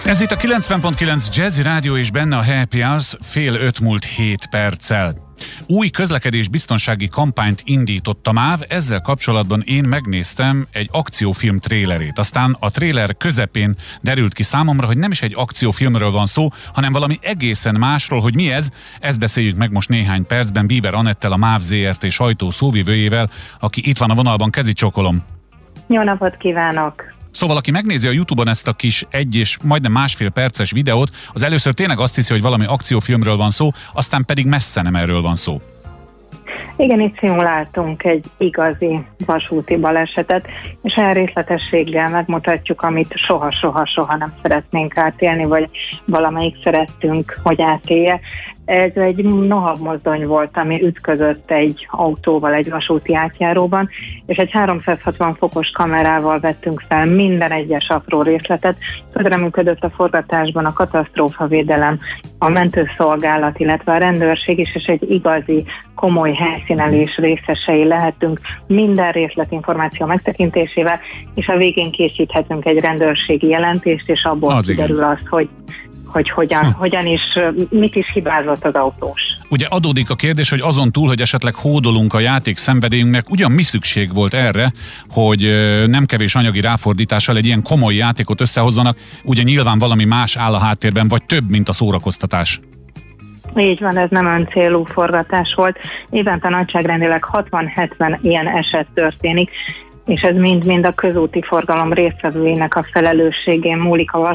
Ez itt a 90.9 Jazzy Rádió és benne a Happy Hours 5:07. Új közlekedés biztonsági kampányt indított a MÁV, ezzel kapcsolatban én megnéztem egy akciófilm trélerét. Aztán a tréler közepén derült ki számomra, hogy nem is egy akciófilmről van szó, hanem valami egészen másról. Hogy mi ez, ezt beszéljük meg most néhány percben Bieber Anettel, a MÁV ZRT sajtó szóvivőjével, aki itt van a vonalban. Kezi csókolom. Jó napot kívánok! Szóval aki megnézi a YouTube-on ezt a kis 1 és majdnem másfél perces videót, az először tényleg azt hiszi, hogy valami akciófilmről van szó, aztán pedig messze nem erről van szó. Igen, itt szimuláltunk egy igazi vasúti balesetet, és olyan részletességgel megmutatjuk, amit soha nem szeretnénk átélni, vagy valamelyik szerettünk, hogy átélje. Ez egy nohav mozdony volt, ami ütközött egy autóval egy vasúti átjáróban, és egy 360 fokos kamerával vettünk fel minden egyes apró részletet. Közreműködött a forgatásban a katasztrófavédelem, a mentőszolgálat, illetve a rendőrség is, és egy igazi, komoly helyszínelés részesei lehetünk minden részletinformáció megtekintésével, és a végén készíthetünk egy rendőrségi jelentést, és abból kiderül az, hogy hogyan is, mit is hibázott az autós. Ugye adódik a kérdés, hogy azon túl, hogy esetleg hódolunk a játék szenvedélyünknek, ugyan mi szükség volt erre, hogy nem kevés anyagi ráfordítással egy ilyen komoly játékot összehozzanak, ugye nyilván valami más áll a háttérben, vagy több, mint a szórakoztatás. Így van, ez nem öncélú forgatás volt. Évente nagyságrendileg 60-70 ilyen eset történik, és ez mind-mind a közúti forgalom résztvevőinek a felelősségén múlik. A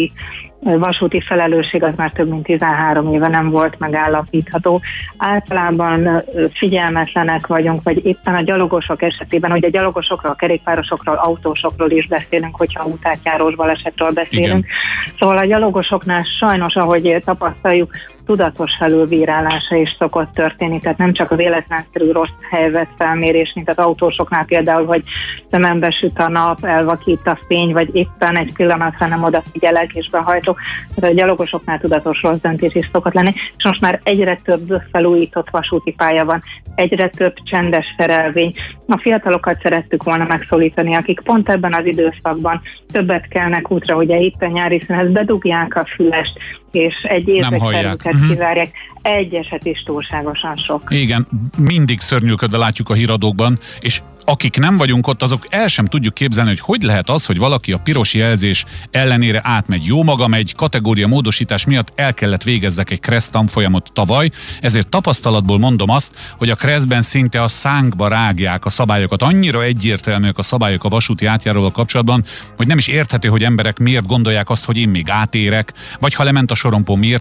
vasúti felelősség az már több mint 13 éve nem volt megállapítható. Általában figyelmetlenek vagyunk, vagy éppen a gyalogosok esetében, ugye a gyalogosokról, a kerékpárosokról, autósokról is beszélünk, hogyha útátjárós balesetről beszélünk. Igen. Szóval a gyalogosoknál sajnos, ahogy tapasztaljuk, tudatos felülbírálása is szokott történni, tehát nem csak a véletlenszerű rossz helyzet felmérés, mint az autósoknál például, hogy szemembe süt a nap, elvakít a fény, vagy éppen egy pillanatra nem odafigyelek és behajtok. Tehát a gyalogosoknál tudatos rossz döntés is szokott lenni, és most már egyre több felújított vasúti pálya van, egyre több csendes szerelvény. A fiatalokat szerettük volna megszólítani, akik pont ebben az időszakban többet kelnek útra, ugye itt a nyári szünet, bedugják a fülest, és egy érzékszervüket kizárják. Egy eset is túlságosan sok. Igen, mindig szörnyűködve látjuk a híradókban, és akik nem vagyunk ott, azok el sem tudjuk képzelni, hogy lehet az, hogy valaki a piros jelzés ellenére átmegy. Jó magam, egy kategória módosítás miatt el kellett végezzek egy KRESZ tanfolyamot tavaly, ezért tapasztalatból mondom azt, hogy a KRESZ-ben szinte a szánkba rágják a szabályokat. Annyira egyértelműek a szabályok a vasúti átjáróval kapcsolatban, hogy nem is érthető, hogy emberek miért gondolják azt, hogy én még átérek, vagy ha lement a sorompó, miért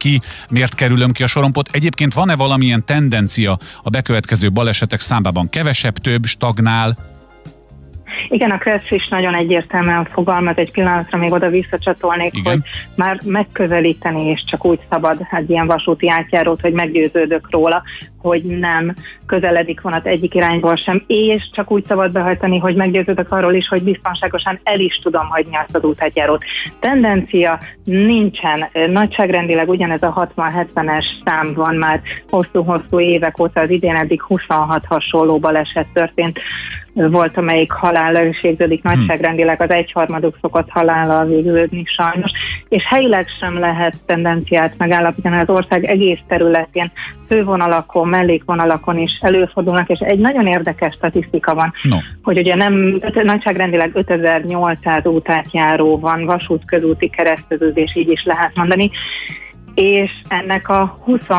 kerülöm ki a sorompót. Egyébként van-e valamilyen tendencia a bekövetkező balesetek számában? Kevesebb, több, stagnál? Igen, a KRESZ is nagyon egyértelműen fogalmaz, egy pillanatra még oda visszacsatolnék, igen, hogy már megközelíteni, és csak úgy szabad egy ilyen vasúti átjárót, hogy meggyőződök róla, hogy nem közeledik vonat egyik irányból sem, és csak úgy szabad behajtani, hogy meggyőződök arról is, hogy biztonságosan el is tudom hagyni azt az útátjárót. Tendencia nincsen, nagyságrendileg ugyanez a 60-70-es szám van már hosszú-hosszú évek óta, az idén eddig 26 hasonló baleset történt, volt, amelyik halállal is végződik, nagyságrendileg az 1/3 szokott halállal végződni sajnos, és helyileg sem lehet tendenciát megállapítani, az ország egész területén fővonalakon, mellékvonalakon is előfordulnak, és egy nagyon érdekes statisztika van, hogy ugye nagyságrendileg 5800 útátjáró van, vasút-közúti kereszteződés, így is lehet mondani, és ennek a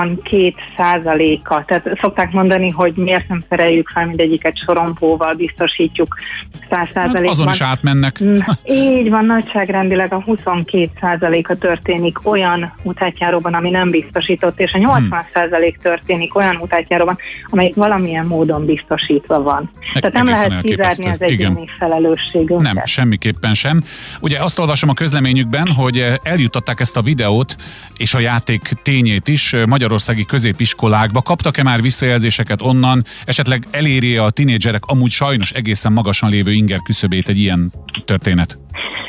22%-a, tehát szokták mondani, hogy miért nem szereljük fel mindegyiket sorompóval, biztosítjuk 100%-ban. Azon is átmennek. Így van, nagyságrendileg a 22%-a történik olyan útátjáróban, ami nem biztosított, és a 80% történik olyan útátjáróban, amelyik valamilyen módon biztosítva van. Tehát nem lehet kizárni az egyéni felelősségünket. Nem, semmiképpen sem. Ugye azt olvasom a közleményükben, hogy eljuttatták ezt a videót, és a játék tényét is magyarországi középiskolákba. Kaptak-e már visszajelzéseket onnan? Esetleg eléri a tinédzserek amúgy sajnos egészen magasan lévő inger küszöbét egy ilyen történet?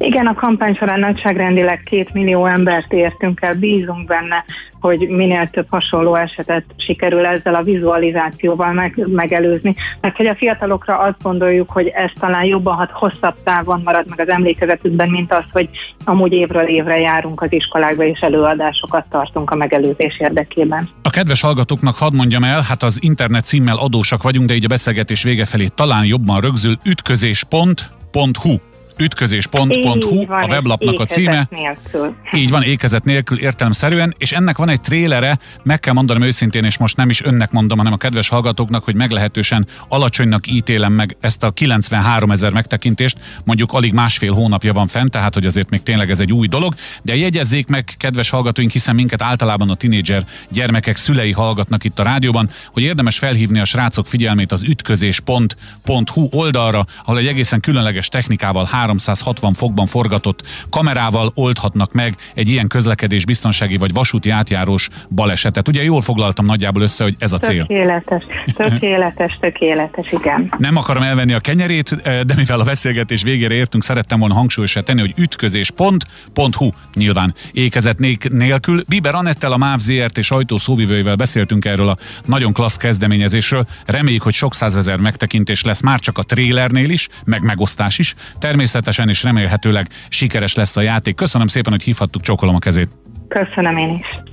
Igen, a kampány során nagyságrendileg 2 millió embert értünk el, bízunk benne, hogy minél több hasonló esetet sikerül ezzel a vizualizációval megelőzni. Mert hogy a fiatalokra azt gondoljuk, hogy ez talán jobban hat, hosszabb távon marad meg az emlékezetükben, mint az, hogy amúgy évről évre járunk az iskolákba és előadásokat tartunk a megelőzés érdekében. A kedves hallgatóknak hadd mondjam el, hát az internet címmel adósak vagyunk, de így a beszélgetés vége felé talán jobban rögzül ütközés.hu. Ütközés.hu a weblapnak a címe. Nélkül. Így van, ékezet nélkül értelemszerűen, és ennek van egy trélere, meg kell mondanom őszintén, és most nem is önnek mondom, hanem a kedves hallgatóknak, hogy meglehetősen alacsonynak ítélem meg ezt a 93 000 megtekintést, mondjuk alig másfél hónapja van fent, tehát hogy azért még tényleg ez egy új dolog, de jegyezzék meg, kedves hallgatóink, hiszen minket általában a tinédzser gyermekek szülei hallgatnak itt a rádióban, hogy érdemes felhívni a srácok figyelmét az ütközés.hu oldalra, ahol egy egészen különleges technikával 360 fokban forgatott kamerával oldhatnak meg egy ilyen közlekedés biztonsági vagy vasúti átjárós balesetet. Ugye jól foglaltam nagyjából össze, hogy ez a cél. Tökéletes, igen. Nem akarom elvenni a kenyerét, de mivel a beszélgetés végére értünk, szerettem volna hangsúlyosra tenni, hogy ütközés.hu nyilván ékezet nélkül. Bieber Annettel, a MÁV Zrt. Sajtó szóvivőivel beszéltünk erről a nagyon klassz kezdeményezésről. Reméljük, hogy sok százezer megtekintés lesz már csak a trélernél is, meg megosztás is. Természetesen és remélhetőleg sikeres lesz a játék. Köszönöm szépen, hogy hívhattuk, csókolom a kezét. Köszönöm én is.